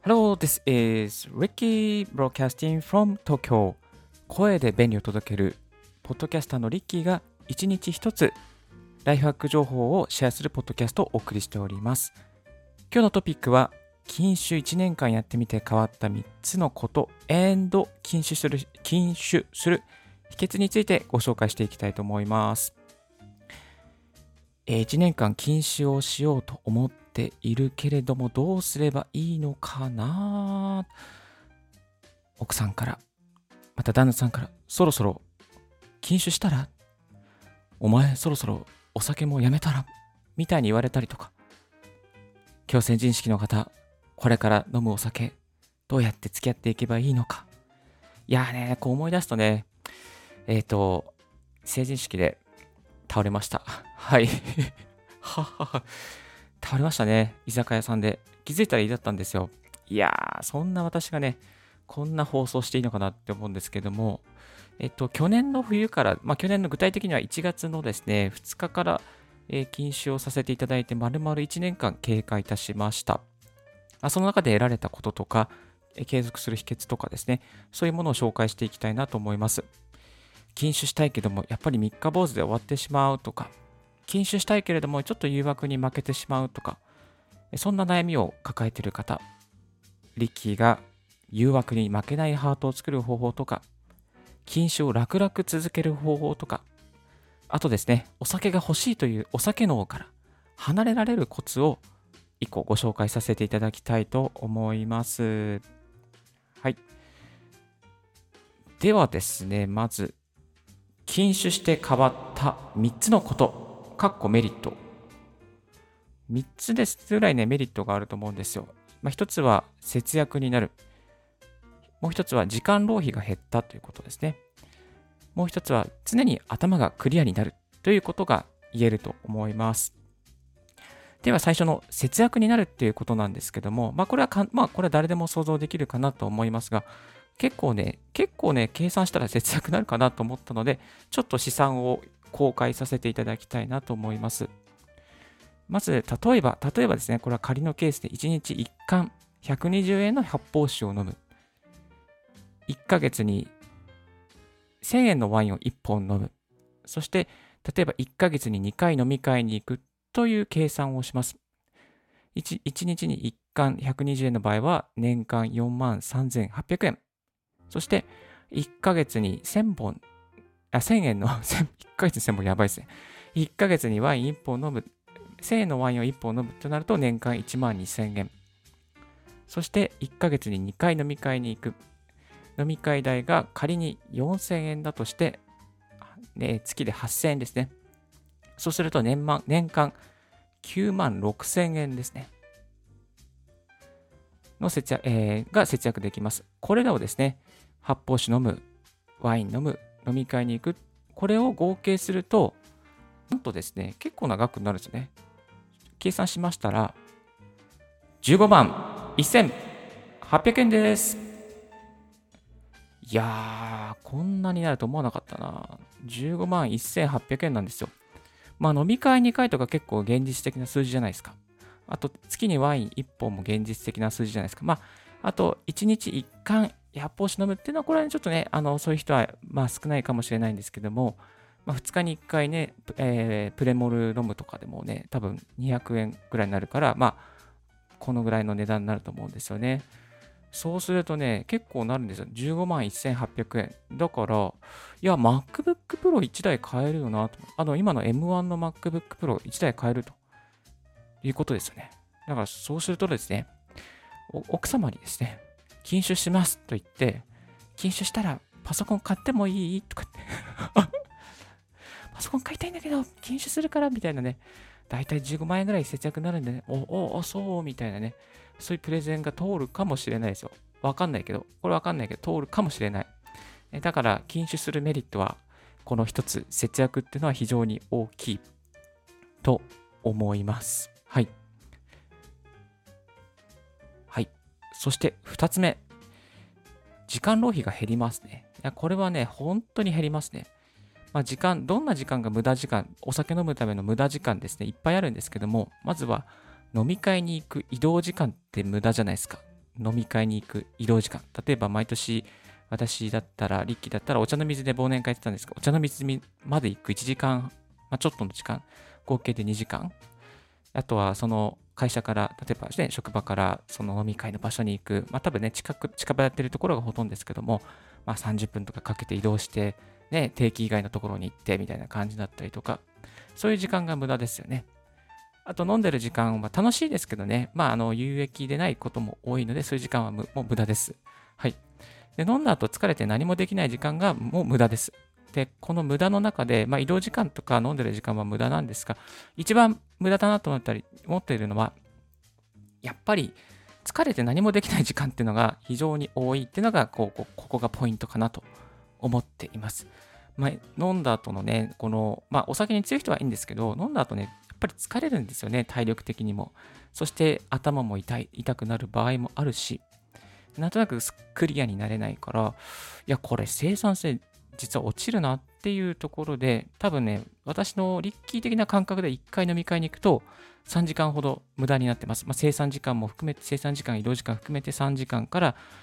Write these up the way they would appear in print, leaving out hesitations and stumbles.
Hello, this is Ricky broadcasting from Tokyo. 声で便利を届けるポッドキャスターのリッキーが一日一つライフハック情報をシェアするポッドキャストをお送りしております。今日のトピックは禁酒1年間やってみて変わった3つのこと禁酒する秘訣についてご紹介していきたいと思います。1年間禁酒をしようと思っているけれどもどうすればいいのかな。奥さんからまた旦那さんからそろそろ禁酒したら、お前そろそろお酒もやめたらみたいに言われたりとか、今日成人式の方これから飲むお酒どうやって付き合っていけばいいのか。いやーね、こう思い出すとね、成人式で倒れました。はい。倒れましたね。居酒屋さんで。気づいたら胃だったんですよ。いやー、そんな私がね、こんな放送していいのかなって思うんですけども、去年の冬から、去年の具体的には1月のですね、2日から、禁酒をさせていただいて、丸々1年間経過いたしました。その中で得られたこととか、継続する秘訣とかですね、そういうものを紹介していきたいなと思います。禁酒したいけどもやっぱり三日坊主で終わってしまうとか、禁酒したいけれどもちょっと誘惑に負けてしまうとか、そんな悩みを抱えている方、リッキーが誘惑に負けないハートを作る方法とか、禁酒を楽々続ける方法とか、あとですね、お酒が欲しいというお酒脳から離れられるコツを1個ご紹介させていただきたいと思います。はい。ではですね、まず禁酒して変わった3つのこと、メリット。3つですぐらいね、メリットがあると思うんですよ。1つは節約になる。もう1つは時間浪費が減ったということですね。もう1つは常に頭がクリアになるということが言えると思います。では最初の節約になるっていうことなんですけども、これは誰でも想像できるかなと思いますが、結構ね、計算したら節約になるかなと思ったので、ちょっと試算を公開させていただきたいなと思います。まず、例えばですね、これは仮のケースで1日1缶120円の発泡酒を飲む。1ヶ月に1000円のワインを1本飲む。そして、例えば1ヶ月に2回飲み会に行くという計算をします。1日に1缶120円の場合は年間43,800円。そして、1ヶ月に1000円の、1ヶ月に1000本やばいですね。1ヶ月にワイン1本飲む、1000円のワインを1本飲むとなると年間12,000円。そして、1ヶ月に2回飲み会に行く。飲み会代が仮に4000円だとして、月で8000円ですね。そうすると年間96,000円ですね。のが節約できます。これらをですね、発泡酒飲む、ワイン飲む、飲み会に行く、これを合計すると、なんとですね、結構な額になるんですね。計算しましたら、15万1,800円です。いやー、こんなになると思わなかったな。15万1,800円なんですよ。飲み会2回とか結構現実的な数字じゃないですか。あと、月にワイン1本も現実的な数字じゃないですか。あと、1日1缶発泡酒飲むっていうのは、これはちょっとね、そういう人は少ないかもしれないんですけども、2日に1回ね、プレモル飲むとかでもね、多分200円ぐらいになるから、このぐらいの値段になると思うんですよね。そうするとね、結構なるんですよ。15万1,800円。だから、いや、MacBook Pro 1台買えるよなと。今の M1 の MacBook Pro 1台買えるということですよね。だから、そうするとですね、奥様にですね、禁酒しますと言って、禁酒したらパソコン買ってもいいとかってパソコン買いたいんだけど、禁酒するからみたいなね、だいたい15万円ぐらい節約になるんでね、そうみたいなね、そういうプレゼンが通るかもしれないですよ。これわかんないけど、通るかもしれない。だから、禁酒するメリットは、この一つ、節約っていうのは非常に大きいと思います。はい。はい。そして二つ目。時間浪費が減りますね。いや、これはね、本当に減りますね。どんな時間が無駄時間、お酒飲むための無駄時間ですね、いっぱいあるんですけども、まずは飲み会に行く移動時間って無駄じゃないですか。 飲み会に行く移動時間。例えば毎年、私だったら、リッキーだったらお茶の水で忘年会やってたんですが、お茶の水まで行く1時間、ちょっとの時間、合計で2時間。あとはその会社から、例えばね、職場からその飲み会の場所に行く、多分ね、近場やってるところがほとんどですけども、30分とかかけて移動して、ね、定期以外のところに行ってみたいな感じだったりとか、そういう時間が無駄ですよね。あと飲んでる時間は楽しいですけどね、有益でないことも多いので、そういう時間はもう無駄です。はい。で、飲んだ後疲れて何もできない時間がもう無駄です。で、この無駄の中で、移動時間とか飲んでる時間は無駄なんですが、一番無駄だなと思っているのは、やっぱり疲れて何もできない時間っていうのが非常に多いっていうのが、ここがポイントかなと思っています。飲んだ後のね、お酒に強い人はいいんですけど、飲んだ後ね、やっぱり疲れるんですよね、体力的にも。そして頭も痛くなる場合もあるし、なんとなくクリアになれないから、いや、これ生産性実は落ちるなっていうところで、多分ね、私のリッキー的な感覚で1回飲み会に行くと、3時間ほど無駄になってます。生産時間も含めて、生産時間、移動時間含めて3時間から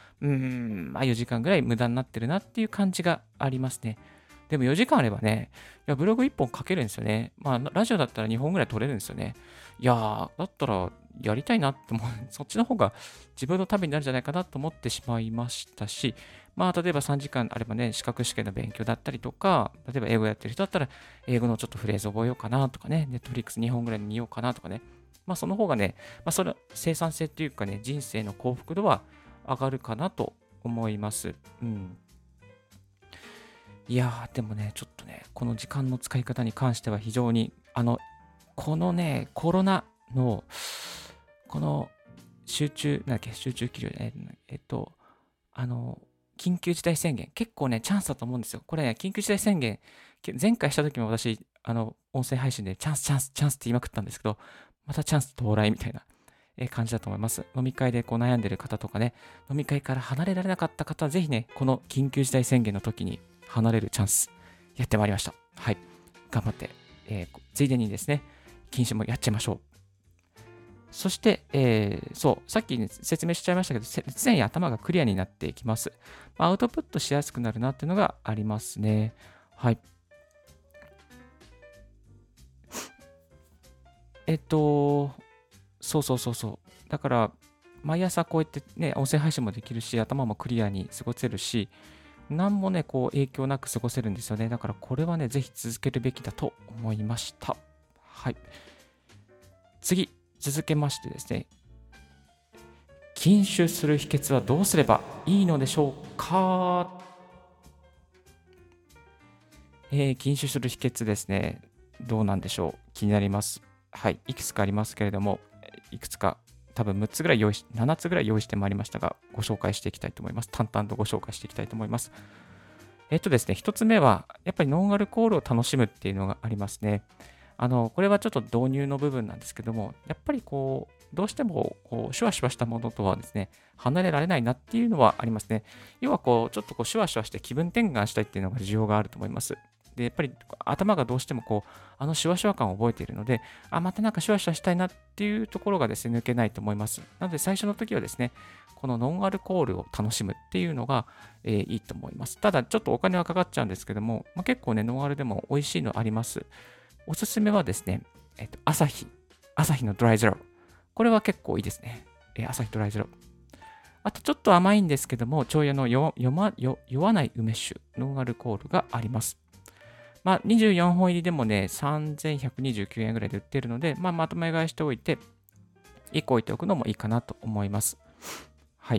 、4時間ぐらい無駄になってるなっていう感じがありますね。でも4時間あればね、いや、ブログ1本書けるんですよね。ラジオだったら2本ぐらい撮れるんですよね。いやー、だったらやりたいなって思う。そっちの方が自分のためになるんじゃないかなと思ってしまいましたし、例えば3時間あればね、資格試験の勉強だったりとか、例えば英語やってる人だったら、英語のちょっとフレーズ覚えようかなとかね、Netflix 2本ぐらい見ようかなとかね、その方がね、それ生産性っていうかね、人生の幸福度は上がるかなと思います。うん。いやー、でもね、ちょっとね、この時間の使い方に関しては非常に、このね、コロナの、この集中企業じゃない、緊急事態宣言、結構ね、チャンスだと思うんですよ。これね、緊急事態宣言、前回した時も私、音声配信でチャンス、チャンス、チャンスって言いまくったんですけど、またチャンス到来みたいな感じだと思います。飲み会で悩んでる方とかね、飲み会から離れられなかった方は、ぜひね、この緊急事態宣言の時に離れるチャンス、やってまいりました。はい。頑張って、ついでにですね、禁止もやっちゃいましょう。そして、さっき、説明しちゃいましたけど、常に頭がクリアになっていきます。アウトプットしやすくなるなっていうのがありますね。はい。そう。だから、毎朝こうやってね、音声配信もできるし、頭もクリアに過ごせるし、何もね、影響なく過ごせるんですよね。だからこれはね、ぜひ続けるべきだと思いました。はい。次、続けましてですね、禁酒する秘訣はどうすればいいのでしょうか。禁酒する秘訣ですね。どうなんでしょう。気になります。はい。いくつかありますけれども、いくつか、多分7つぐらい用意してまいりましたが、ご紹介していきたいと思います。淡々とご紹介していきたいと思います。ですね、1つ目は、やっぱりノンアルコールを楽しむっていうのがありますね。これはちょっと導入の部分なんですけども、やっぱりどうしてもシュワシュワしたものとはですね、離れられないなっていうのはありますね。要はちょっとシュワシュワして気分転換したいっていうのが需要があると思います。で、やっぱり頭がどうしてもシュワシュワ感を覚えているので、またなんかシュワシュワしたいなっていうところがですね、抜けないと思います。なので最初の時はですね、このノンアルコールを楽しむっていうのが、いいと思います。ただ、ちょっとお金はかかっちゃうんですけども、結構ね、ノンアルでも美味しいのあります。おすすめはですね、アサヒのドライゼロ。これは結構いいですね。アサヒドライゼロ。あとちょっと甘いんですけども、長屋の酔わない梅酒、ノンアルコールがあります。24本入りでもね、3129円ぐらいで売ってるので、まとめ買いしておいて、1個置いておくのもいいかなと思います。はい。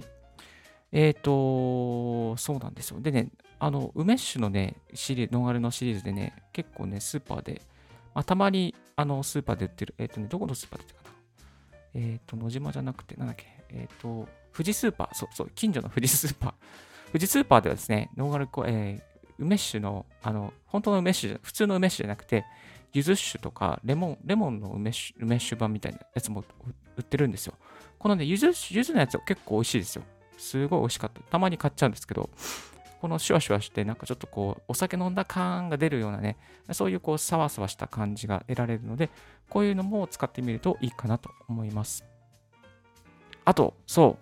そうなんですよ。でね、梅酒のね、ノンアルのシリーズでね、結構ね、スーパーで、たまに、スーパーで売ってる、どこのスーパーで売ってるかな。野島じゃなくて、なんだっけ、富士スーパー、そう、近所の富士スーパー。富士スーパーではですね、ノンアルコ、梅酒の、本当の梅酒、普通の梅酒じゃなくて、柚子酒とかレモンの梅酒版みたいなやつも売ってるんですよ。このね、柚子のやつは結構美味しいですよ。すごい美味しかった。たまに買っちゃうんですけど、このシュワシュワして、なんかちょっとお酒飲んだ感が出るようなね、そういうサワサワした感じが得られるので、こういうのも使ってみるといいかなと思います。あと、そう、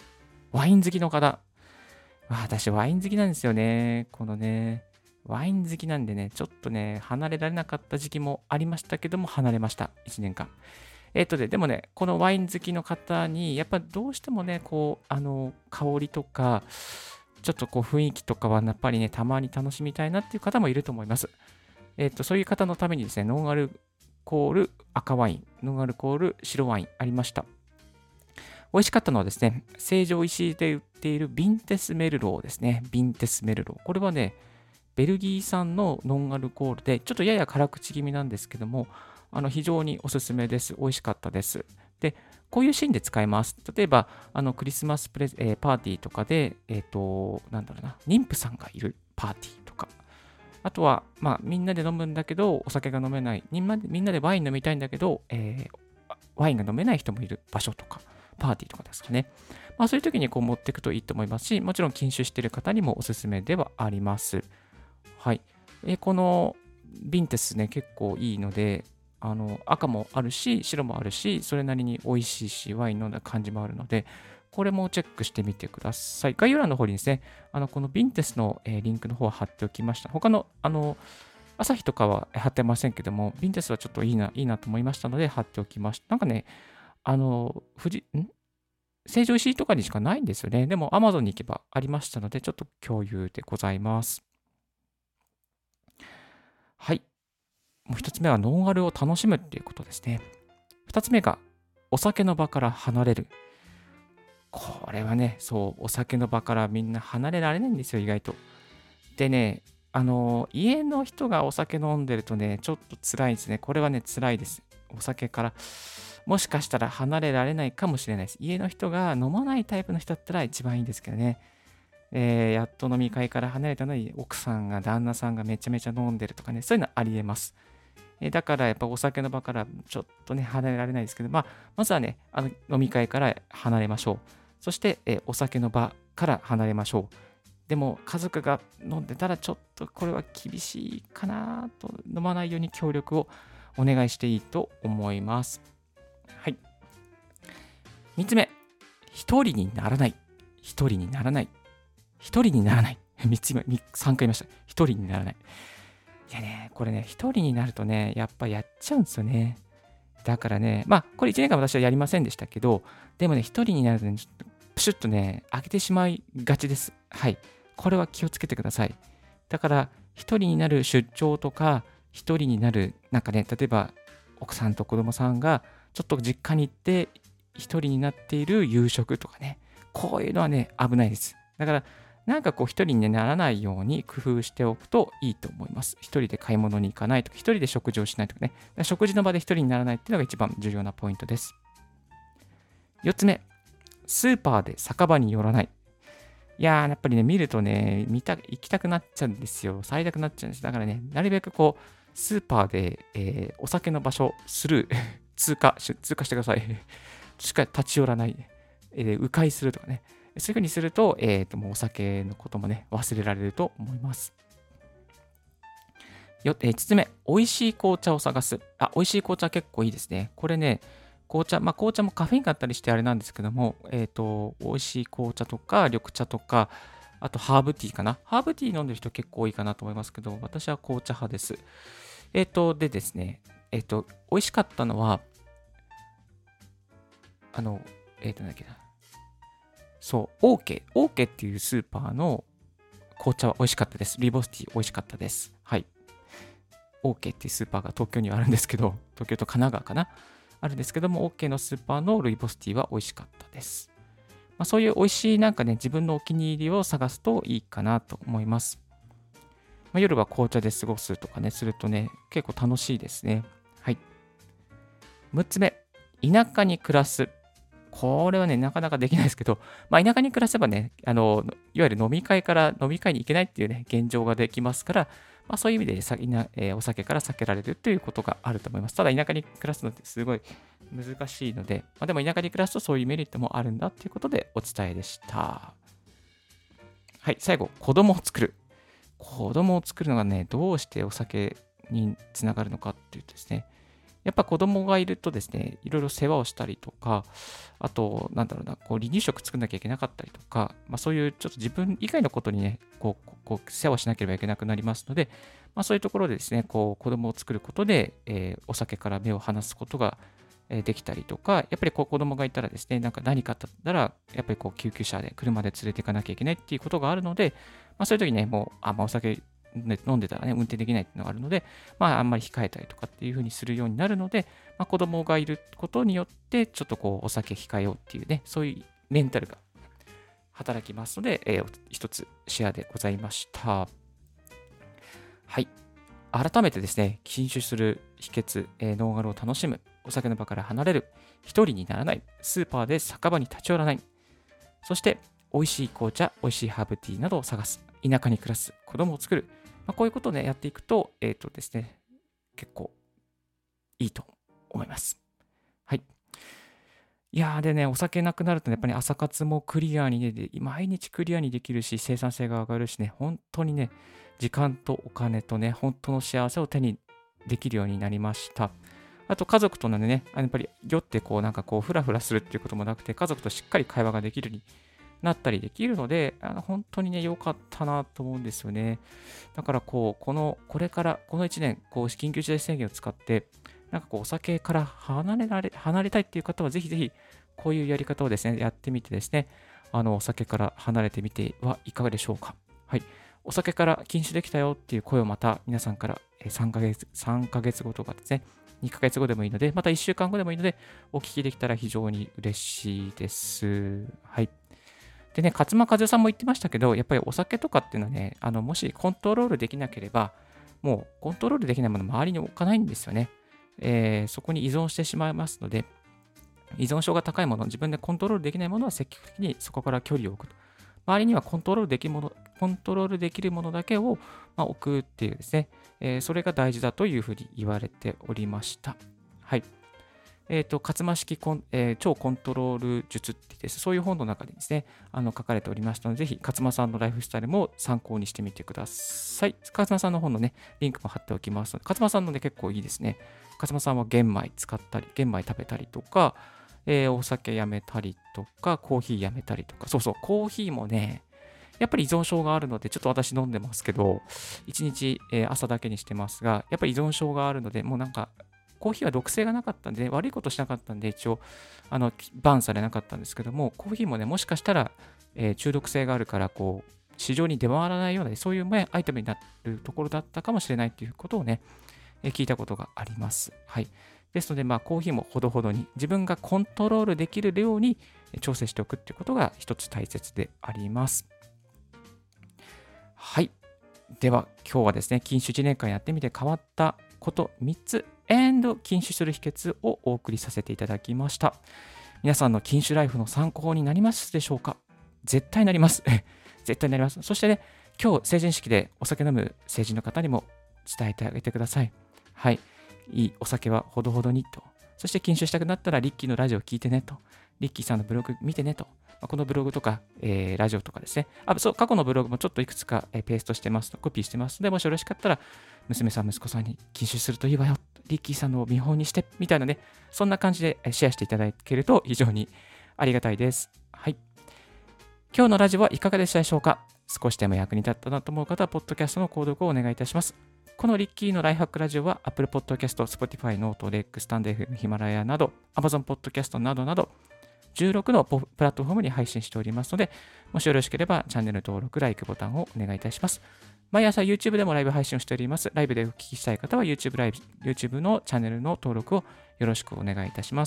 ワイン好きの方。私、ワイン好きなんですよね。このね、ワイン好きなんでね、ちょっとね、離れられなかった時期もありましたけども、離れました。1年間。でもね、このワイン好きの方に、やっぱどうしてもね、こう、香りとか、ちょっとこう雰囲気とかはやっぱりね、たまに楽しみたいなっていう方もいると思います。そういう方のためにですね、ノンアルコール赤ワイン、ノンアルコール白ワインありました。美味しかったのはですね、成城石井で売っているビンテスメルローですね。ビンテスメルロー。これはね、ベルギー産のノンアルコールで、ちょっとやや辛口気味なんですけども、非常におすすめです。美味しかったです。で、こういうシーンで使えます。例えば、クリスマスパーティーとかで、なんだろうな、妊婦さんがいるパーティーとか、あとは、みんなで飲むんだけど、お酒が飲めない、みんなでワイン飲みたいんだけど、ワインが飲めない人もいる場所とか、パーティーとかですかね。そういう時にこう持っていくといいと思いますし、もちろん禁酒している方にもおすすめではあります。はい。このビンテスね、結構いいので、赤もあるし、白もあるし、それなりに美味しいし、ワイン飲んだ感じもあるので、これもチェックしてみてください。概要欄の方にですね、このビンテスのリンクの方は貼っておきました。他の、朝日とかは貼ってませんけども、ビンテスはちょっといいなと思いましたので貼っておきました。なんかね、成城石井とかにしかないんですよね。でも Amazon に行けばありましたので、ちょっと共有でございます。はい。もう一つ目はノンアルを楽しむっていうことですね。二つ目がお酒の場から離れる。これはね、そう、お酒の場からみんな離れられないんですよ、意外と。でね、家の人がお酒飲んでるとね、ちょっと辛いですね。これはね、辛いです。お酒から、もしかしたら離れられないかもしれないです。家の人が飲まないタイプの人だったら一番いいんですけどね。やっと飲み会から離れたのに、奥さんが、旦那さんがめちゃめちゃ飲んでるとかね、そういうのありえます。だからやっぱお酒の場からちょっとね、離れられないですけど、まずはね、飲み会から離れましょう。そして、お酒の場から離れましょう。でも家族が飲んでたらちょっとこれは厳しいかなと、飲まないように協力をお願いしていいと思います。はい。3つ目、一人にならない。一人にならない。一人にならない。3つ目、3回言いました。一人にならない。いやね、これね、一人になるとね、やっぱやっちゃうんですよね。だからね、これ1年間私はやりませんでしたけど、でもね、一人になるとね、ちょっとプシュッとね、開けてしまいがちです。はい。これは気をつけてください。だから、一人になる出張とか、一人になる、なんかね、例えば、奥さんと子供さんが、ちょっと実家に行って、一人になっている夕食とかね、こういうのはね、危ないです。だから、なんかこう一人にならないように工夫しておくといいと思います。一人で買い物に行かないとか、一人で食事をしないとかね。食事の場で一人にならないっていうのが一番重要なポイントです。4つ目、スーパーで酒場に寄らない。いやー、やっぱりね、見るとね、行きたくなっちゃうんですよ。触りたくなっちゃうんです。だからね、なるべくこう、スーパーで、お酒の場所、スルー、通過してください。しっかり立ち寄らない。迂回するとかね。そういう風にすると、もうお酒のこともね、忘れられると思います。5つ目、美味しい紅茶を探す。美味しい紅茶結構いいですね。これね、紅茶もカフェインがあったりしてあれなんですけども、美味しい紅茶とか緑茶とか、あとハーブティーかな。ハーブティー飲んでる人結構多いかなと思いますけど、私は紅茶派です。でですね、美味しかったのは、なんだっけな。そう、OK っていうスーパーの紅茶は美味しかったです。リボスティー美味しかったです。はい。OK っていうスーパーが東京にはあるんですけど、東京と神奈川かなあるんですけども、OK のスーパーのルイボスティーは美味しかったです。そういう美味しいなんかね、自分のお気に入りを探すといいかなと思います。夜は紅茶で過ごすとかね、するとね、結構楽しいですね。はい。6つ目、田舎に暮らす。これはね、なかなかできないですけど、田舎に暮らせばね、いわゆる飲み会に行けないっていうね、現状ができますから、そういう意味でお酒から避けられるということがあると思います。ただ、田舎に暮らすのってすごい難しいので、でも田舎に暮らすとそういうメリットもあるんだということでお伝えでした。はい、最後、子供を作る。子供を作るのがね、どうしてお酒につながるのかっていうとですね、 やっぱ子供がいるとですね、いろいろ世話をしたりとか、あと、なんだろうな、こう離乳食作んなきゃいけなかったりとか、そういうちょっと自分以外のことにね、世話しなければいけなくなりますので、そういうところでですね、こう子供を作ることで、お酒から目を離すことができたりとか、やっぱりこう子供がいたらですね、なんか何かあったら、やっぱりこう救急車で車で連れて行かなきゃいけないっていうことがあるので、そういう時ね、もう、お酒飲んでたらね、運転できないっていうのがあるので、あんまり控えたりとかっていう風にするようになるので、子供がいることによって、ちょっとこうお酒控えようっていうね、そういうメンタルが働きますので、一つシェアでございました。はい。改めてですね、禁酒する秘訣、ノンアルを楽しむ、お酒の場から離れる、一人にならない、スーパーで酒場に立ち寄らない、そして美味しい紅茶、美味しいハーブティーなどを探す、田舎に暮らす、子供を作る、こういうことをね、やっていくと、ですね、結構いいと思います。はい。いやーでね、お酒なくなるとね、やっぱり朝活もクリアにね、毎日クリアにできるし、生産性が上がるしね、本当にね、時間とお金とね、本当の幸せを手にできるようになりました。あと家族とのね、やっぱり酔ってこうなんかこうフラフラするっていうこともなくて、家族としっかり会話ができるようになったりできるので、本当にね、良かったなと思うんですよね。だからこう、これから、この1年、こう、緊急事態宣言を使って、なんかこう、お酒から離れたいっていう方は、ぜひぜひ、こういうやり方をですね、やってみてですね、お酒から離れてみてはいかがでしょうか。はい。お酒から禁酒できたよっていう声をまた皆さんから3ヶ月後とかですね、2ヶ月後でもいいので、また1週間後でもいいので、お聞きできたら非常に嬉しいです。はい。でね、勝間和代さんも言ってましたけど、やっぱりお酒とかっていうのはね、もしコントロールできなければ、もうコントロールできないもの周りに置かないんですよね。そこに依存してしまいますので、依存症が高いもの、自分でコントロールできないものは積極的にそこから距離を置くと。周りにはコントロールできるものだけを、置くっていうですね、それが大事だというふうに言われておりました。はい。勝間式超コントロール術ってです、そういう本の中でですね、書かれておりましたので、ぜひ勝間さんのライフスタイルも参考にしてみてください。勝間さんの本のね、リンクも貼っておきますので、勝間さんのね、結構いいですね。勝間さんは玄米使ったり、玄米食べたりとか、お酒やめたりとか、コーヒーやめたりとか、そうそう、コーヒーもね、やっぱり依存症があるので、ちょっと私飲んでますけど、1日、朝だけにしてますが、やっぱり依存症があるので、もうなんか、コーヒーは毒性がなかったんで、悪いことしなかったんで、一応、バンされなかったんですけども、コーヒーもね、もしかしたら、中毒性があるから、こう、市場に出回らないような、そういうアイテムになるところだったかもしれないということをね、聞いたことがあります。はい。ですので、コーヒーもほどほどに、自分がコントロールできる量に調整しておくっていうことが一つ大切であります。はい。では、今日はですね、禁酒1年間やってみて変わったこと3つ、禁酒する秘訣をお送りさせていただきました。皆さんの禁酒ライフの参考になりますでしょうか？絶対なります。絶対なります。そしてね、今日成人式でお酒飲む成人の方にも伝えてあげてください。はい。いいお酒はほどほどにと。そして禁酒したくなったらリッキーのラジオを聞いてねと。リッキーさんのブログ見てねと。このブログとか、ラジオとかですね。そう、過去のブログもちょっといくつか、ペーストしてますと、コピーしてますので、もしよろしかったら、娘さん、息子さんに禁酒するといいわよ。リッキーさんのを見本にして、みたいなね、そんな感じでシェアしていただけると非常にありがたいです。はい。今日のラジオはいかがでしたでしょうか？少しでも役に立ったなと思う方は、ポッドキャストの購読をお願いいたします。このリッキーのライフハックラジオは Apple Podcast、Spotify、ノート、レック、スタンド FM、ヒマラヤなど Amazon Podcast などなど16のプラットフォームに配信しておりますので、もしよろしければチャンネル登録、ライクボタンをお願いいたします。毎朝 YouTube でもライブ配信をしております。ライブでお聞きしたい方は YouTube のチャンネルの登録をよろしくお願いいたします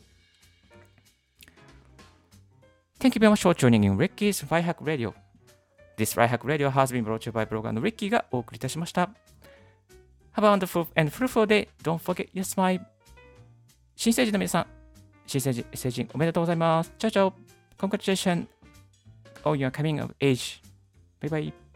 。Thank you very much for tuning in Ricky's Lifehack Radio.This Lifehack Radio has been brought to you by ブロガーの Ricky がお送りいたしました。Have a wonderful and fruitful day. Don't forget your smile. 新成人の皆さん、新成人おめでとうございます。チャオチャオ。Congratulations on your coming of age. Bye bye.